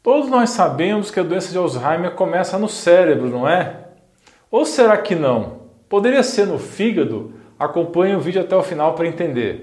Todos nós sabemos que a doença de Alzheimer começa no cérebro, não é? Ou será que não? Poderia ser no fígado? Acompanhe o vídeo até o final para entender.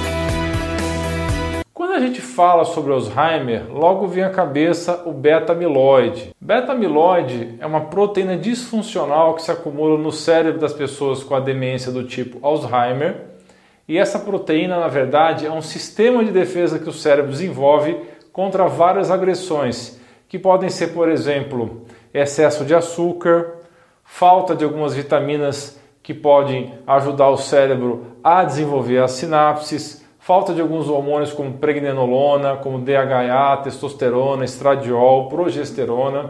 Quando a gente fala sobre Alzheimer, logo vem à cabeça o beta-amiloide. Beta-amiloide é uma proteína disfuncional que se acumula no cérebro das pessoas com a demência do tipo Alzheimer. E essa proteína, na verdade, é um sistema de defesa que o cérebro desenvolve contra várias agressões, que podem ser, por exemplo, excesso de açúcar, falta de algumas vitaminas que podem ajudar o cérebro a desenvolver as sinapses, falta de alguns hormônios como pregnenolona, como DHA, testosterona, estradiol, progesterona,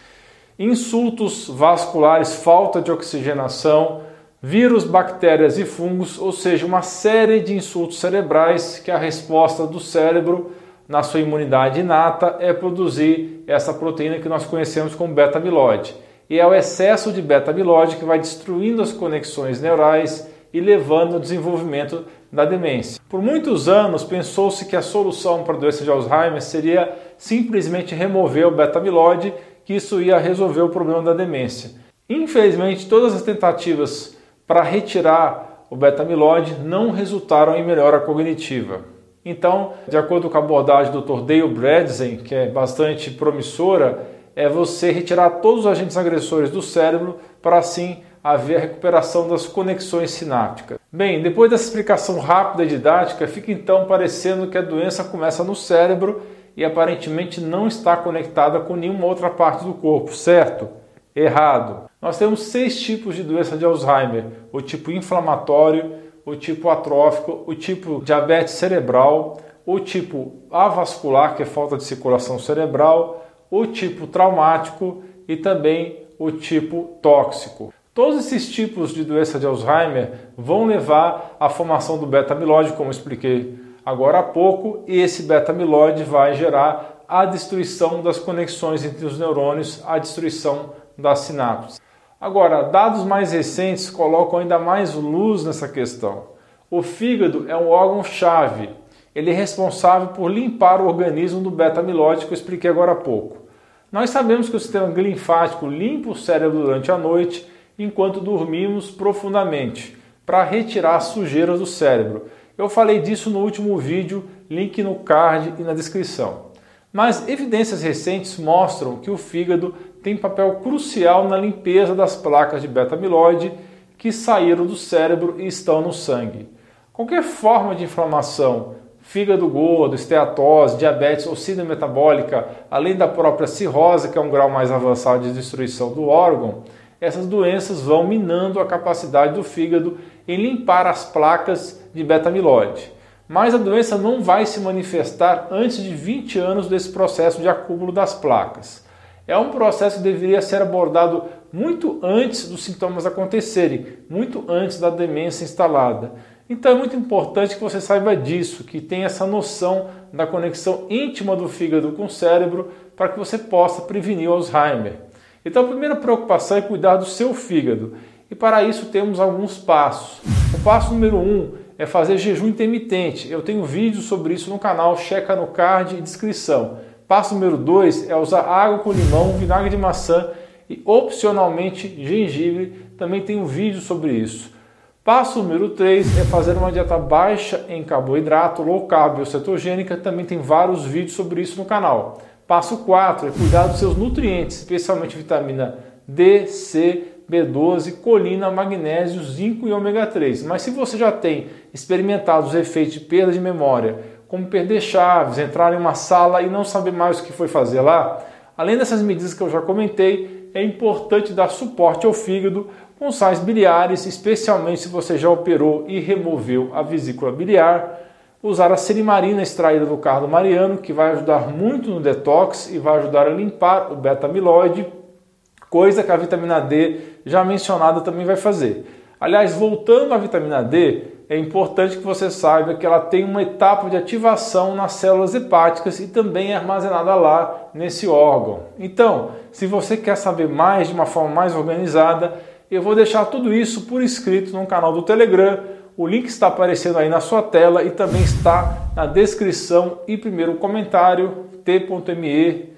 insultos vasculares, falta de oxigenação, vírus, bactérias e fungos, ou seja, uma série de insultos cerebrais que a resposta do cérebro na sua imunidade inata é produzir essa proteína que nós conhecemos como beta-amiloide. E é o excesso de beta-amiloide que vai destruindo as conexões neurais e levando ao desenvolvimento da demência. Por muitos anos pensou-se que a solução para a doença de Alzheimer seria simplesmente remover o beta-amiloide, que isso ia resolver o problema da demência. Infelizmente, todas as tentativas para retirar o beta-amiloide não resultaram em melhora cognitiva. Então, de acordo com a abordagem do Dr. Dale Bredesen, que é bastante promissora, é você retirar todos os agentes agressores do cérebro para assim haver a recuperação das conexões sinápticas. Bem, depois dessa explicação rápida e didática, fica então parecendo que a doença começa no cérebro e aparentemente não está conectada com nenhuma outra parte do corpo, certo? Errado. Nós temos 6 tipos de doença de Alzheimer: o tipo inflamatório, o tipo atrófico, o tipo diabetes cerebral, o tipo avascular, que é falta de circulação cerebral, o tipo traumático e também o tipo tóxico. Todos esses tipos de doença de Alzheimer vão levar à formação do beta-amiloide, como expliquei agora há pouco, e esse beta-amiloide vai gerar a destruição das conexões entre os neurônios, a destruição das sinapses. Agora, dados mais recentes colocam ainda mais luz nessa questão. O fígado é um órgão-chave. Ele é responsável por limpar o organismo do beta-amiloide que eu expliquei agora há pouco. Nós sabemos que o sistema linfático limpa o cérebro durante a noite enquanto dormimos profundamente, para retirar as sujeiras do cérebro. Eu falei disso no último vídeo, link no card e na descrição. Mas evidências recentes mostram que o fígado tem papel crucial na limpeza das placas de beta-amiloide que saíram do cérebro e estão no sangue. Qualquer forma de inflamação, fígado gordo, esteatose, diabetes ou síndrome metabólica, além da própria cirrose, que é um grau mais avançado de destruição do órgão, essas doenças vão minando a capacidade do fígado em limpar as placas de beta-amiloide. Mas a doença não vai se manifestar antes de 20 anos desse processo de acúmulo das placas. É um processo que deveria ser abordado muito antes dos sintomas acontecerem, muito antes da demência instalada. Então é muito importante que você saiba disso, que tenha essa noção da conexão íntima do fígado com o cérebro para que você possa prevenir o Alzheimer. Então a primeira preocupação é cuidar do seu fígado. E para isso temos alguns passos. O passo número 1 é fazer jejum intermitente. Eu tenho vídeo sobre isso no canal, checa no card e descrição. Passo número 2 é usar água com limão, vinagre de maçã e opcionalmente gengibre. Também tem um vídeo sobre isso. Passo número 3 é fazer uma dieta baixa em carboidrato, low carb ou cetogênica. Também tem vários vídeos sobre isso no canal. Passo 4 é cuidar dos seus nutrientes, especialmente vitamina D, C, B12, colina, magnésio, zinco e ômega 3. Mas se você já tem experimentado os efeitos de perda de memória, como perder chaves, entrar em uma sala e não saber mais o que foi fazer lá, além dessas medidas que eu já comentei, é importante dar suporte ao fígado com sais biliares, especialmente se você já operou e removeu a vesícula biliar, usar a silimarina extraída do cardo mariano, que vai ajudar muito no detox e vai ajudar a limpar o beta-amiloide, coisa que a vitamina D, já mencionada, também vai fazer. Aliás, voltando à vitamina D, é importante que você saiba que ela tem uma etapa de ativação nas células hepáticas e também é armazenada lá nesse órgão. Então, se você quer saber mais de uma forma mais organizada, eu vou deixar tudo isso por escrito no canal do Telegram. O link está aparecendo aí na sua tela e também está na descrição e primeiro comentário, t.me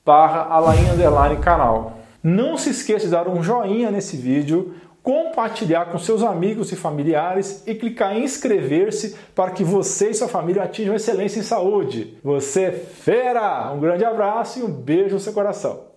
youtube.com/alain_canal. Não se esqueça de dar um joinha nesse vídeo, compartilhar com seus amigos e familiares e clicar em inscrever-se para que você e sua família atinjam excelência em saúde. Você é fera! Um grande abraço e um beijo no seu coração.